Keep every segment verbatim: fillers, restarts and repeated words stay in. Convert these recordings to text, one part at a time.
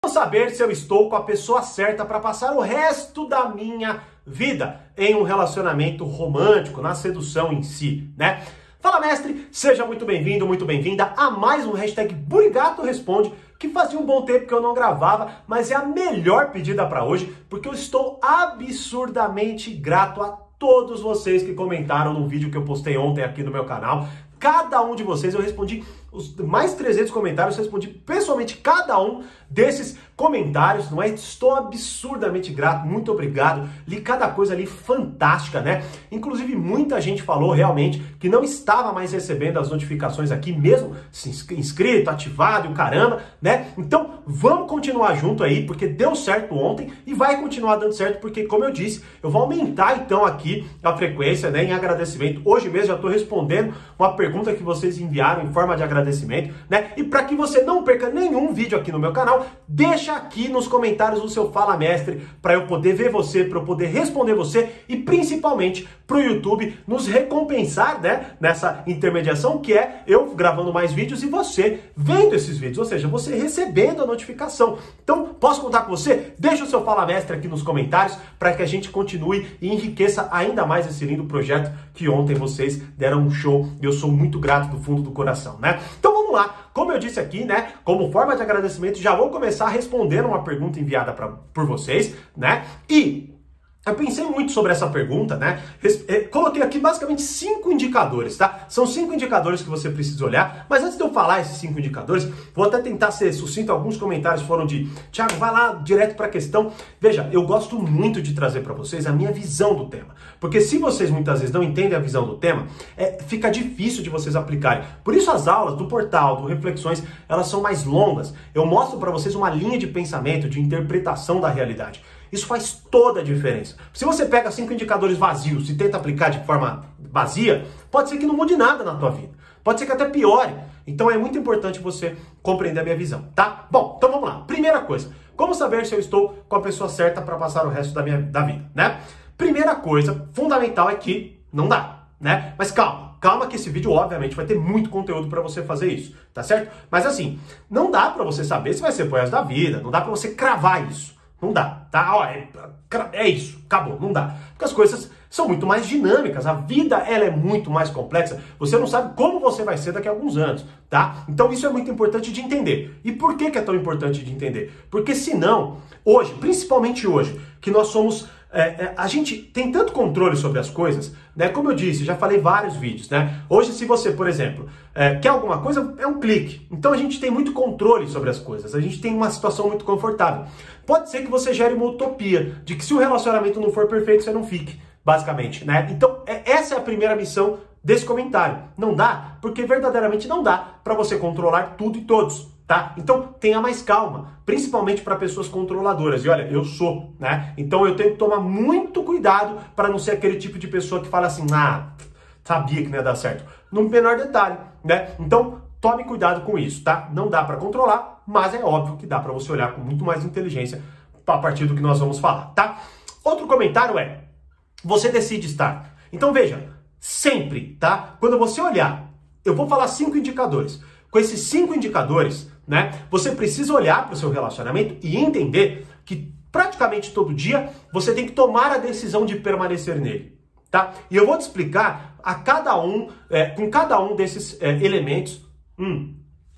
Vou saber se eu estou com a pessoa certa para passar o resto da minha vida em um relacionamento romântico, na sedução em si, né? Fala, mestre, seja muito bem-vindo, muito bem-vinda a mais um hashtag Burigato Responde, que fazia um bom tempo que eu não gravava, mas é a melhor pedida para hoje, porque eu estou absurdamente grato a todos vocês que comentaram no vídeo que eu postei ontem aqui no meu canal. Cada um de vocês, eu respondi os mais trezentos comentários, eu respondi pessoalmente cada um desses comentários, não é? Estou absurdamente grato, muito obrigado, li cada coisa ali fantástica, né? Inclusive muita gente falou realmente que não estava mais recebendo as notificações aqui, mesmo inscrito, ativado e o caramba, né? Então vamos continuar junto aí, porque deu certo ontem e vai continuar dando certo, porque como eu disse, eu vou aumentar então aqui a frequência, né, em agradecimento. Hoje mesmo já estou respondendo uma pergunta que vocês enviaram em forma de agradecimento, né? E para que você não perca nenhum vídeo aqui no meu canal, deixa aqui nos comentários o seu Fala Mestre, para eu poder ver você, para eu poder responder você e principalmente para o YouTube nos recompensar, né, nessa intermediação que é eu gravando mais vídeos e você vendo esses vídeos, ou seja, você recebendo a notificação. Então, posso contar com você? Deixa o seu Fala Mestre aqui nos comentários para que a gente continue e enriqueça ainda mais esse lindo projeto que ontem vocês deram um show e eu sou muito grato do fundo do coração, né? Então vamos lá, como eu disse aqui, né, como forma de agradecimento, já vou começar respondendo uma pergunta enviada pra, por vocês, né, e eu pensei muito sobre essa pergunta, né? Coloquei aqui basicamente cinco indicadores, tá? São cinco indicadores que você precisa olhar, mas antes de eu falar esses cinco indicadores, vou até tentar ser sucinto. Alguns comentários foram de Thiago, vai lá direto para a questão. Veja, eu gosto muito de trazer para vocês a minha visão do tema, porque se vocês muitas vezes não entendem a visão do tema, é, fica difícil de vocês aplicarem. Por isso as aulas do portal, do Reflexões, elas são mais longas. Eu mostro para vocês uma linha de pensamento, de interpretação da realidade. Isso faz toda a diferença. Se você pega cinco indicadores vazios e tenta aplicar de forma vazia, pode ser que não mude nada na tua vida. Pode ser que até piore. Então é muito importante você compreender a minha visão, tá? Bom, então vamos lá. Primeira coisa, como saber se eu estou com a pessoa certa para passar o resto da minha da vida, né? Primeira coisa fundamental é que não dá, né? Mas calma. Calma que esse vídeo, obviamente, vai ter muito conteúdo para você fazer isso, tá certo? Mas assim, não dá para você saber se vai ser pro resto da vida, não dá para você cravar isso. Não dá, tá? Ó, é, é isso, acabou, não dá. Porque as coisas são muito mais dinâmicas, a vida ela é muito mais complexa, você não sabe como você vai ser daqui a alguns anos, tá? Então isso é muito importante de entender. E por que que é tão importante de entender? Porque senão, hoje, principalmente hoje, que nós somos... É, é, a gente tem tanto controle sobre as coisas, né? Como eu disse, já falei vários vídeos, né? Hoje, se você, por exemplo, é, quer alguma coisa, é um clique. Então a gente tem muito controle sobre as coisas, a gente tem uma situação muito confortável. Pode ser que você gere uma utopia de que se o relacionamento não for perfeito, você não fique, basicamente, né? Então é, essa é a primeira missão desse comentário. Não dá, porque verdadeiramente não dá para você controlar tudo e todos. Tá? Então tenha mais calma, principalmente para pessoas controladoras. E olha, eu sou, né? Então eu tenho que tomar muito cuidado para não ser aquele tipo de pessoa que fala assim, ah, sabia que não ia dar certo. No menor detalhe, né? Então tome cuidado com isso, tá? Não dá para controlar, mas é óbvio que dá para você olhar com muito mais inteligência a partir do que nós vamos falar, tá? Outro comentário é, você decide estar. Então veja, sempre, tá? Quando você olhar, eu vou falar cinco indicadores. Com esses cinco indicadores, né, você precisa olhar para o seu relacionamento e entender que praticamente todo dia você tem que tomar a decisão de permanecer nele, tá? E eu vou te explicar a cada um, é, com cada um desses é, elementos hum,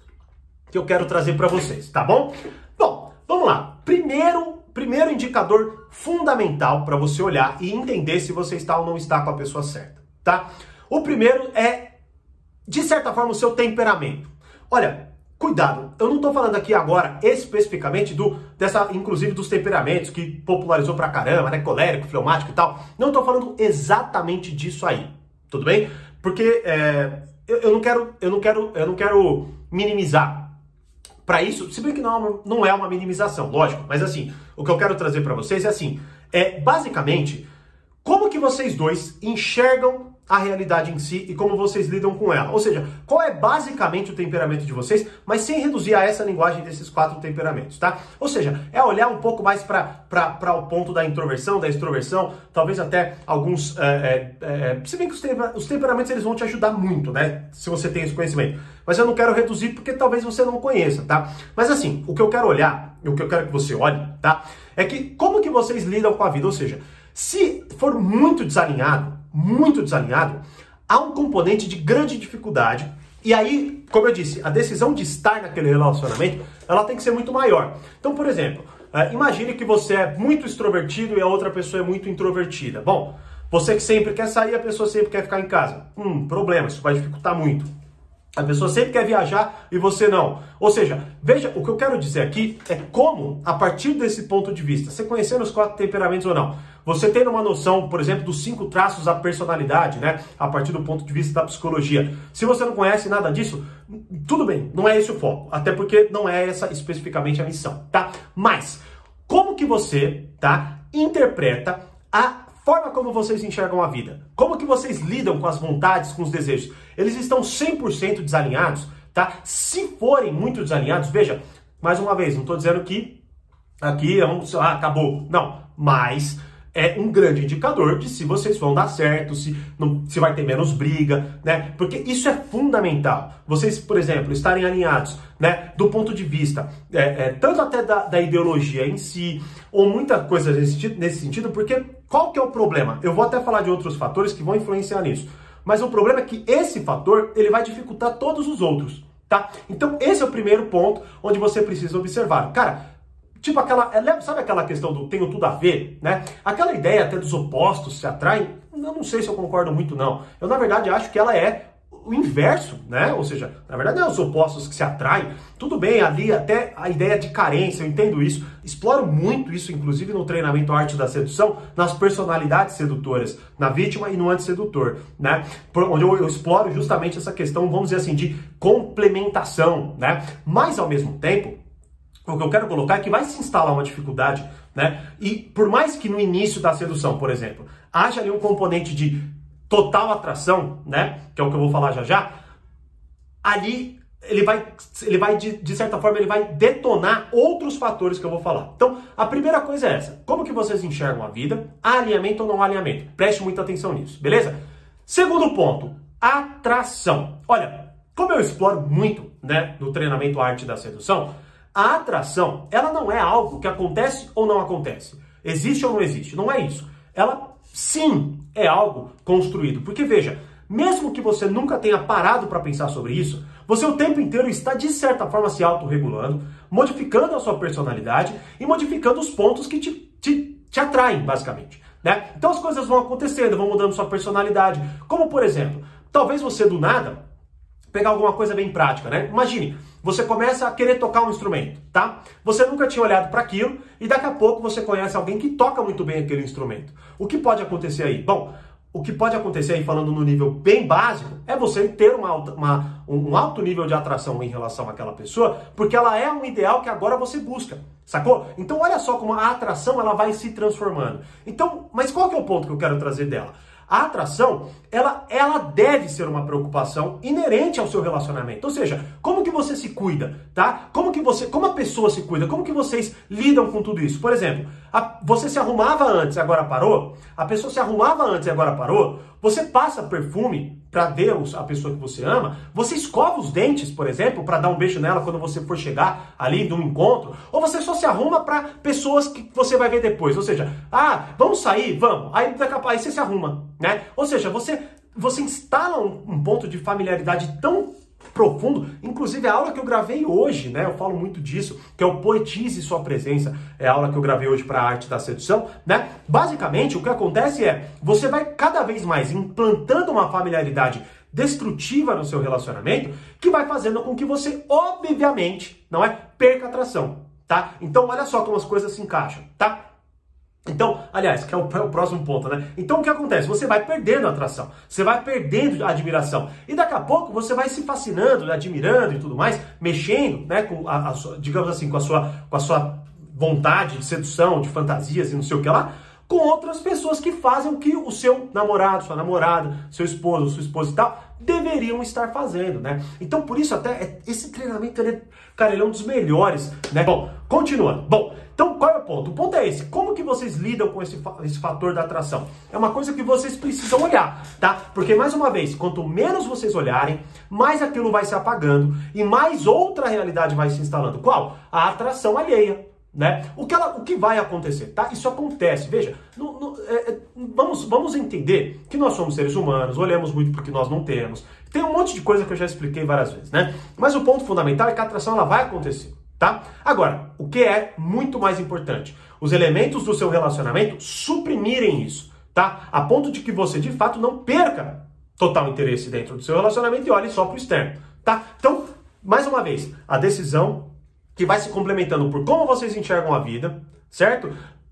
que eu quero trazer para vocês, tá bom? Bom, vamos lá. Primeiro, primeiro indicador fundamental para você olhar e entender se você está ou não está com a pessoa certa, tá? O primeiro é, de certa forma, o seu temperamento. Olha, cuidado, eu não estou falando aqui agora especificamente do, dessa, inclusive dos temperamentos que popularizou pra caramba, né, colérico, fleumático e tal. Não estou falando exatamente disso aí, tudo bem? Porque é, eu, eu não quero, eu não quero, eu não quero minimizar para isso, se bem que não, não é uma minimização, lógico. Mas assim, o que eu quero trazer para vocês é assim, é basicamente como que vocês dois enxergam a realidade em si e como vocês lidam com ela. Ou seja, qual é basicamente o temperamento de vocês, mas sem reduzir a essa linguagem desses quatro temperamentos, tá? Ou seja, é olhar um pouco mais para o ponto da introversão, da extroversão, talvez até alguns... É, é, é, se bem que os, temper, os temperamentos eles vão te ajudar muito, né? Se você tem esse conhecimento. Mas eu não quero reduzir porque talvez você não conheça, tá? Mas assim, o que eu quero olhar, o que eu quero que você olhe, tá? É que como que vocês lidam com a vida, ou seja, se for muito desalinhado, muito desalinhado, há um componente de grande dificuldade. E aí, como eu disse, a decisão de estar naquele relacionamento, ela tem que ser muito maior. Então, por exemplo, uh, imagine que você é muito extrovertido e a outra pessoa é muito introvertida. Bom, você que sempre quer sair, a pessoa sempre quer ficar em casa. Hum, problema, isso vai dificultar muito. A pessoa sempre quer viajar e você não. Ou seja, veja, o que eu quero dizer aqui é como, a partir desse ponto de vista, você conhecendo os quatro temperamentos ou não, você tendo uma noção, por exemplo, dos cinco traços da personalidade, né? A partir do ponto de vista da psicologia. Se você não conhece nada disso, tudo bem, não é esse o foco. Até porque não é essa especificamente a missão, tá? Mas, como que você, tá, interpreta a forma como vocês enxergam a vida? Como que vocês lidam com as vontades, com os desejos? Eles estão cem por cento desalinhados, tá? Se forem muito desalinhados, veja, mais uma vez, não estou dizendo que aqui é um, ah, acabou. Não, mas é um grande indicador de se vocês vão dar certo, se, não, se vai ter menos briga, né? Porque isso é fundamental. Vocês, por exemplo, estarem alinhados, né? Do ponto de vista, é, é, tanto até da, da ideologia em si, ou muita coisa nesse, nesse sentido, porque qual que é o problema? Eu vou até falar de outros fatores que vão influenciar nisso. Mas o problema é que esse fator, ele vai dificultar todos os outros, tá? Então, esse é o primeiro ponto onde você precisa observar. Cara, tipo aquela, sabe aquela questão do tenho tudo a ver, né? Aquela ideia até dos opostos se atraem, eu não sei se eu concordo muito, não. Eu, na verdade, acho que ela é o inverso, né? Ou seja, na verdade, não é os opostos que se atraem. Tudo bem, ali até a ideia de carência, eu entendo isso. Exploro muito isso, inclusive, no treinamento Arte da Sedução, nas personalidades sedutoras, na vítima e no antissedutor, né? Por, onde eu, eu exploro justamente essa questão, vamos dizer assim, de complementação, né? Mas, ao mesmo tempo, o que eu quero colocar é que vai se instalar uma dificuldade, né? E por mais que no início da sedução, por exemplo, haja ali um componente de total atração, né? Que é o que eu vou falar já já, ali ele vai, ele vai de, de certa forma, ele vai detonar outros fatores que eu vou falar. Então, a primeira coisa é essa. Como que vocês enxergam a vida? Há alinhamento ou não há alinhamento? Preste muita atenção nisso, beleza? Segundo ponto, atração. Olha, como eu exploro muito, né, no treinamento Arte da Sedução, a atração, ela não é algo que acontece ou não acontece. Existe ou não existe. Não é isso. Ela, sim, é algo construído. Porque, veja, mesmo que você nunca tenha parado para pensar sobre isso, você o tempo inteiro está, de certa forma, se autorregulando, modificando a sua personalidade e modificando os pontos que te, te, te atraem, basicamente, né? Então as coisas vão acontecendo, vão mudando sua personalidade. Como, por exemplo, talvez você, do nada, pegar alguma coisa bem prática, né? Imagine, você começa a querer tocar um instrumento, tá? Você nunca tinha olhado para aquilo e daqui a pouco você conhece alguém que toca muito bem aquele instrumento. O que pode acontecer aí? Bom, o que pode acontecer aí, falando no nível bem básico, é você ter uma, uma, um alto nível de atração em relação àquela pessoa, porque ela é um ideal que agora você busca, sacou? Então olha só como a atração ela vai se transformando. Então, mas qual que é o ponto que eu quero trazer dela? A atração, ela, ela deve ser uma preocupação inerente ao seu relacionamento. Ou seja, como que você se cuida, tá? Como que você, como a pessoa se cuida? Como que vocês lidam com tudo isso? Por exemplo, a, você se arrumava antes e agora parou? A pessoa se arrumava antes e agora parou? Você passa perfume para ver a pessoa que você ama? Você escova os dentes, por exemplo, para dar um beijo nela quando você for chegar ali de um encontro? Ou você só se arruma para pessoas que você vai ver depois? Ou seja, ah, vamos sair? Vamos. Aí, aí você se arruma, né? Ou seja, você, você instala um, um ponto de familiaridade tão profundo, inclusive a aula que eu gravei hoje, né, eu falo muito disso, que é o Poetize Sua Presença, é a aula que eu gravei hoje para a Arte da Sedução, né, basicamente o que acontece é, você vai cada vez mais implantando uma familiaridade destrutiva no seu relacionamento, que vai fazendo com que você, obviamente, não é, perca a atração, tá, então olha só como as coisas se encaixam, tá. Então, aliás, que é o, é o próximo ponto, né? Então, o que acontece? Você vai perdendo a atração, você vai perdendo a admiração. E daqui a pouco você vai se fascinando, admirando e tudo mais, mexendo, né, com a, a sua, digamos assim, com a, sua, com a sua vontade de sedução, de fantasias e não sei o que lá, com outras pessoas que fazem o que o seu namorado, sua namorada, seu esposo, sua esposa e tal, deveriam estar fazendo, né? Então, por isso, até, esse treinamento, ele é, cara, ele é um dos melhores, né? Bom, continuando. Bom, então, qual é o ponto? O ponto é esse. Como que vocês lidam com esse, esse fator da atração? É uma coisa que vocês precisam olhar, tá? Porque, mais uma vez, quanto menos vocês olharem, mais aquilo vai se apagando e mais outra realidade vai se instalando. Qual? A atração alheia. Né? O, que ela, o que vai acontecer, tá? Isso acontece, veja, no, no, é, é, vamos, vamos entender que nós somos seres humanos, olhamos muito porque nós não temos, tem um monte de coisa que eu já expliquei várias vezes, né? Mas o ponto fundamental é que a atração ela vai acontecer, tá? Agora, o que é muito mais importante? Os elementos do seu relacionamento suprimirem isso, tá? A ponto de que você, de fato, não perca total interesse dentro do seu relacionamento e olhe só pro externo, tá? Então, mais uma vez, a decisão que vai se complementando por como vocês enxergam a vida, certo?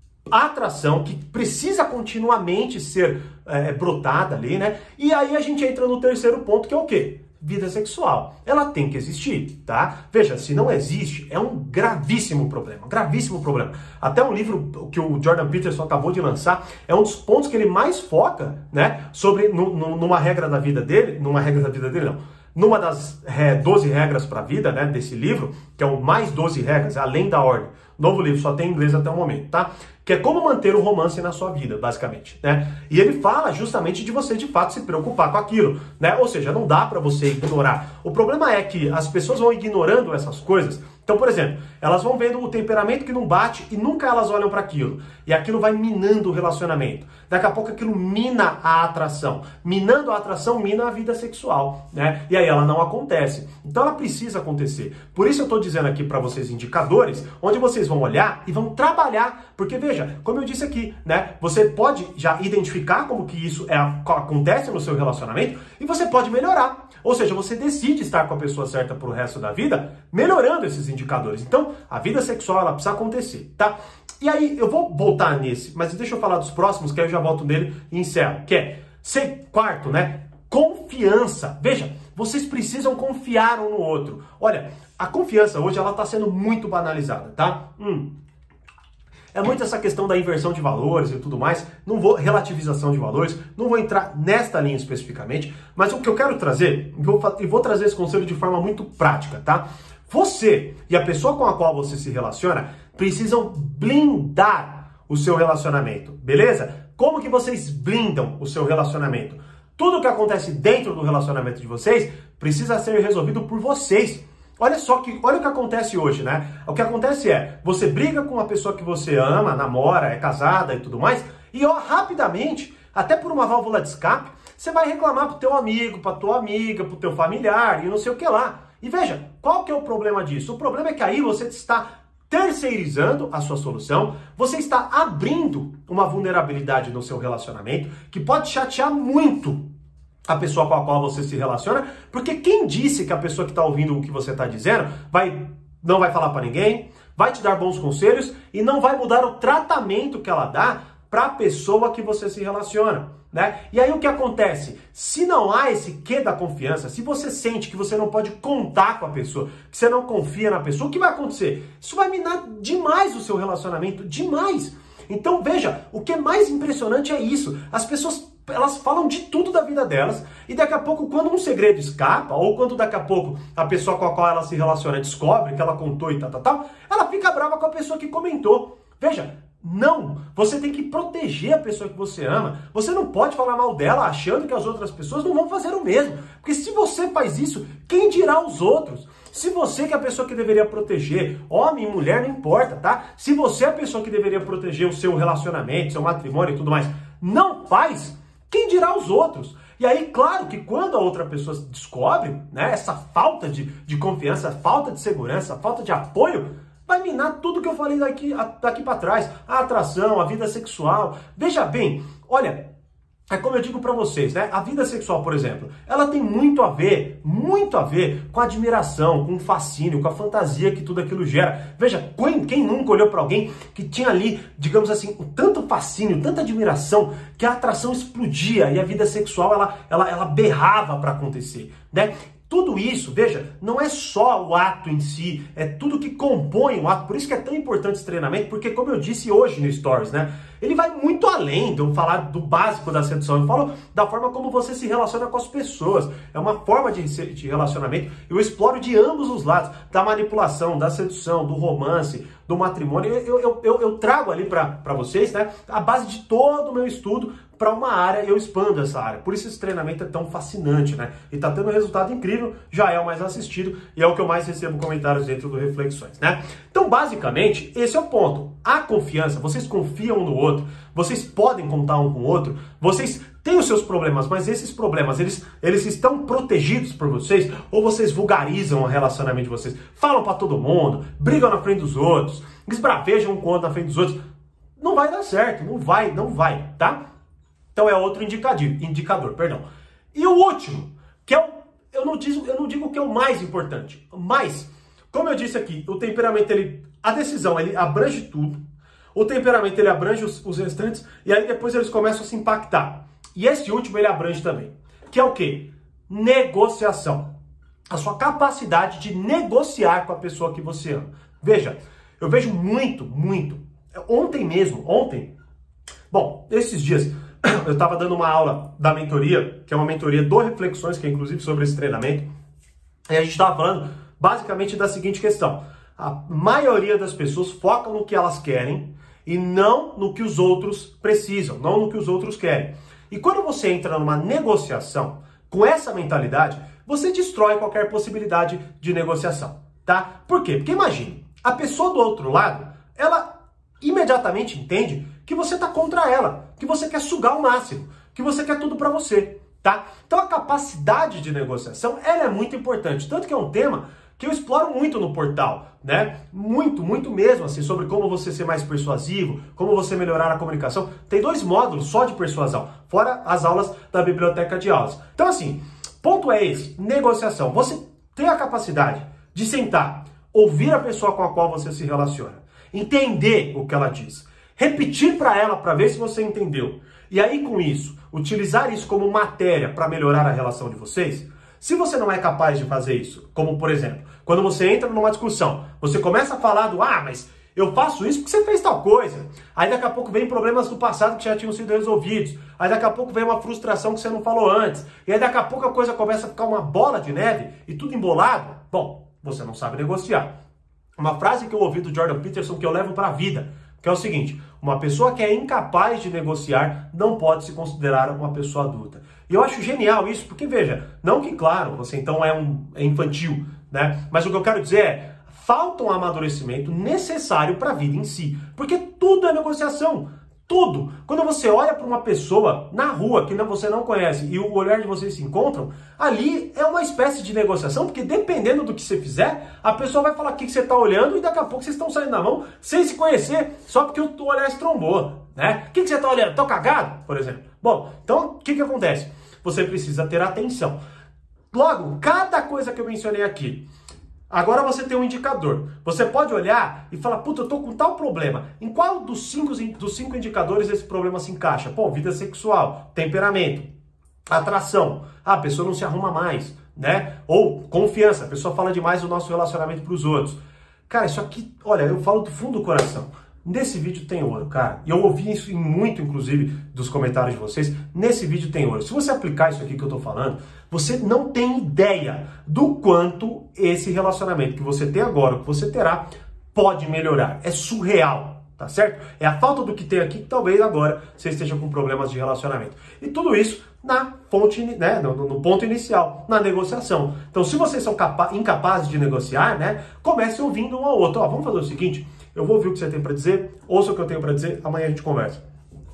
A atração que precisa continuamente ser é, brotada ali, né? E aí a gente entra no terceiro ponto, que é o quê? Vida sexual. Ela tem que existir, tá? Veja, se não existe, é um gravíssimo problema, gravíssimo problema. Até um livro que o Jordan Peterson acabou de lançar, é um dos pontos que ele mais foca, né? Sobre, no, no, numa regra da vida dele, numa regra da vida dele, não. Numa das é, doze regras para a vida, né, desse livro, que é o mais doze regras, além da ordem. Novo livro, só tem em inglês até o momento, tá? Que é como manter o romance na sua vida, basicamente, né? E ele fala justamente de você, de fato, se preocupar com aquilo, né? Ou seja, não dá para você ignorar. O problema é que as pessoas vão ignorando essas coisas. Então, por exemplo, elas vão vendo o temperamento que não bate e nunca elas olham para aquilo. E aquilo vai minando o relacionamento. Daqui a pouco aquilo mina a atração. Minando a atração, mina a vida sexual, né? E aí ela não acontece. Então ela precisa acontecer. Por isso eu estou dizendo aqui para vocês indicadores, onde vocês vão olhar e vão trabalhar. Porque veja, como eu disse aqui, né? Você pode já identificar como que isso é, acontece no seu relacionamento e você pode melhorar. Ou seja, você decide estar com a pessoa certa pro resto da vida, melhorando esses indicadores. Então, a vida sexual, ela precisa acontecer, tá? E aí, eu vou voltar nesse, mas deixa eu falar dos próximos, que aí eu já volto nele e encerro. Que é, sei, quarto, né? Confiança. Veja, vocês precisam confiar um no outro. Olha, a confiança hoje, ela tá sendo muito banalizada, tá? Hum. É muito essa questão da inversão de valores e tudo mais, não vou, relativização de valores, não vou entrar nesta linha especificamente, mas o que eu quero trazer, e vou, vou trazer esse conselho de forma muito prática, tá? Você e a pessoa com a qual você se relaciona precisam blindar o seu relacionamento, beleza? Como que vocês blindam o seu relacionamento? Tudo que acontece dentro do relacionamento de vocês precisa ser resolvido por vocês. Olha só que, olha o que acontece hoje, né? O que acontece é, você briga com uma pessoa que você ama, namora, é casada e tudo mais, e ó, rapidamente, até por uma válvula de escape, você vai reclamar pro teu amigo, pra tua amiga, pro teu familiar e não sei o que lá. E veja, qual que é o problema disso? O problema é que aí você está terceirizando a sua solução, você está abrindo uma vulnerabilidade no seu relacionamento que pode chatear muito a pessoa com a qual você se relaciona, porque quem disse que a pessoa que está ouvindo o que você está dizendo vai, não vai falar para ninguém, vai te dar bons conselhos e não vai mudar o tratamento que ela dá para a pessoa que você se relaciona, né? E aí o que acontece? Se não há esse quê da confiança, se você sente que você não pode contar com a pessoa, que você não confia na pessoa, o que vai acontecer? Isso vai minar demais o seu relacionamento, demais. Então veja, o que é mais impressionante é isso, as pessoas elas falam de tudo da vida delas e daqui a pouco quando um segredo escapa ou quando daqui a pouco a pessoa com a qual ela se relaciona descobre que ela contou e tal, tal, tal, ela fica brava com a pessoa que comentou. Veja, não, você tem que proteger a pessoa que você ama, você não pode falar mal dela achando que as outras pessoas não vão fazer o mesmo, porque se você faz isso, quem dirá os outros? Se você que é a pessoa que deveria proteger, homem e mulher, não importa, tá? Se você é a pessoa que deveria proteger o seu relacionamento, seu matrimônio e tudo mais, não faz, quem dirá os outros? E aí, claro que quando a outra pessoa descobre, né, essa falta de, de confiança, falta de segurança, falta de apoio, vai minar tudo que eu falei daqui, daqui para trás. A atração, a vida sexual. Veja bem, olha, é como eu digo para vocês, né? A vida sexual, por exemplo, ela tem muito a ver, muito a ver com a admiração, com o fascínio, com a fantasia que tudo aquilo gera. Veja, quem nunca olhou para alguém que tinha ali, digamos assim, tanto fascínio, tanta admiração, que a atração explodia e a vida sexual, ela, ela, ela berrava para acontecer, né? Tudo isso, veja, não é só o ato em si, é tudo que compõe o ato. Por isso que é tão importante esse treinamento, porque como eu disse hoje no Stories, né? Ele vai muito além de eu falar do básico da sedução. Eu falo da forma como você se relaciona com as pessoas. É uma forma de, de relacionamento. Eu exploro de ambos os lados, da manipulação, da sedução, do romance, do matrimônio. Eu, eu, eu, eu trago ali para vocês, né, a base de todo o meu estudo para uma área, eu expando essa área. Por isso esse treinamento é tão fascinante, né? E tá tendo um resultado incrível, já é o mais assistido e é o que eu mais recebo comentários dentro do Reflexões, né? Então, basicamente, esse é o ponto. A confiança, vocês confiam um no outro, vocês podem contar um com o outro, vocês têm os seus problemas, mas esses problemas, eles, eles estão protegidos por vocês, ou vocês vulgarizam o relacionamento de vocês, falam para todo mundo, brigam na frente dos outros, esbravejam um com o outro na frente dos outros. Não vai dar certo, não vai, não vai, tá? Então é outro indicador, indicador, perdão. E o último, que é o, eu não digo, eu não digo que é o mais importante, mas, como eu disse aqui, o temperamento, ele, a decisão, ele abrange tudo, o temperamento, ele abrange os, os restantes, e aí depois eles começam a se impactar. E esse último, ele abrange também, que é o quê? Negociação. A sua capacidade de negociar com a pessoa que você ama. Veja, eu vejo muito, muito, ontem mesmo, ontem, bom, esses dias, eu estava dando uma aula da mentoria, que é uma mentoria do Reflexões, que é inclusive sobre esse treinamento, e a gente estava falando basicamente da seguinte questão: a maioria das pessoas focam no que elas querem e não no que os outros precisam, não no que os outros querem. E quando você entra numa negociação com essa mentalidade, você destrói qualquer possibilidade de negociação, tá? Por quê? Porque imagine, a pessoa do outro lado, ela imediatamente entende que você está contra ela, que você quer sugar o máximo, que você quer tudo para você, tá? Então a capacidade de negociação, ela é muito importante, tanto que é um tema que eu exploro muito no portal, né? Muito, muito mesmo, assim, sobre como você ser mais persuasivo, como você melhorar a comunicação. Tem dois módulos só de persuasão, fora as aulas da biblioteca de aulas. Então, assim, ponto é esse, negociação. Você tem a capacidade de sentar, ouvir a pessoa com a qual você se relaciona, entender o que ela diz, repetir para ela para ver se você entendeu. E aí, com isso, utilizar isso como matéria para melhorar a relação de vocês. Se você não é capaz de fazer isso, como por exemplo, quando você entra numa discussão, você começa a falar do, ah, mas eu faço isso porque você fez tal coisa. Aí daqui a pouco vem problemas do passado que já tinham sido resolvidos. Aí daqui a pouco vem uma frustração que você não falou antes. E aí daqui a pouco a coisa começa a ficar uma bola de neve e tudo embolado. Bom, você não sabe negociar. Uma frase que eu ouvi do Jordan Peterson que eu levo para a vida, que é o seguinte: uma pessoa que é incapaz de negociar não pode se considerar uma pessoa adulta. E eu acho genial isso, porque veja, não que, claro, você então é, um, é infantil, né? Mas o que eu quero dizer é, falta um amadurecimento necessário para a vida em si. Porque tudo é negociação. Tudo. Quando você olha para uma pessoa na rua que você não conhece e o olhar de vocês se encontram, ali é uma espécie de negociação, porque dependendo do que você fizer, a pessoa vai falar o que você está olhando e daqui a pouco vocês estão saindo na mão sem se conhecer, só porque o olhar se trombou, né? O que você está olhando? Tô cagado, por exemplo. Bom, então o que, que acontece? Você precisa ter atenção. Logo, cada coisa que eu mencionei aqui, agora você tem um indicador. Você pode olhar e falar, puta, eu tô com tal problema. Em qual dos cinco, dos cinco indicadores esse problema se encaixa? Pô, vida sexual, temperamento, atração. Ah, a pessoa não se arruma mais, né? Ou confiança, a pessoa fala demais do nosso relacionamento para os outros. Cara, isso aqui, olha, eu falo do fundo do coração. Nesse vídeo tem ouro, cara. E eu ouvi isso muito, inclusive, dos comentários de vocês. Nesse vídeo tem ouro. Se você aplicar isso aqui que eu tô falando, você não tem ideia do quanto esse relacionamento que você tem agora, que você terá, pode melhorar. É surreal, tá certo? É a falta do que tem aqui que talvez agora você esteja com problemas de relacionamento. E tudo isso na fonte, né, no, no ponto inicial, na negociação. Então, se vocês são incapazes de negociar, né, comecem ouvindo um ao outro. Ó, vamos fazer o seguinte, eu vou ouvir o que você tem para dizer, ouça o que eu tenho para dizer, amanhã a gente conversa.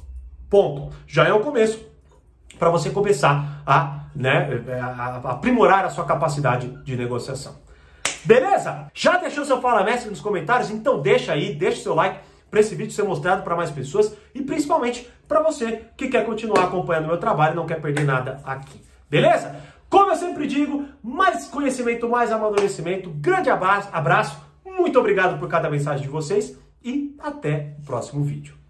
Ponto. Já é o começo para você começar a, né, a aprimorar a sua capacidade de negociação. Beleza? Já deixou seu Fala Mestre nos comentários? Então deixa aí, deixa seu like para esse vídeo ser mostrado para mais pessoas e principalmente para você que quer continuar acompanhando o meu trabalho e não quer perder nada aqui. Beleza? Como eu sempre digo, mais conhecimento, mais amadurecimento. Grande abraço, abraço, muito obrigado por cada mensagem de vocês e até o próximo vídeo.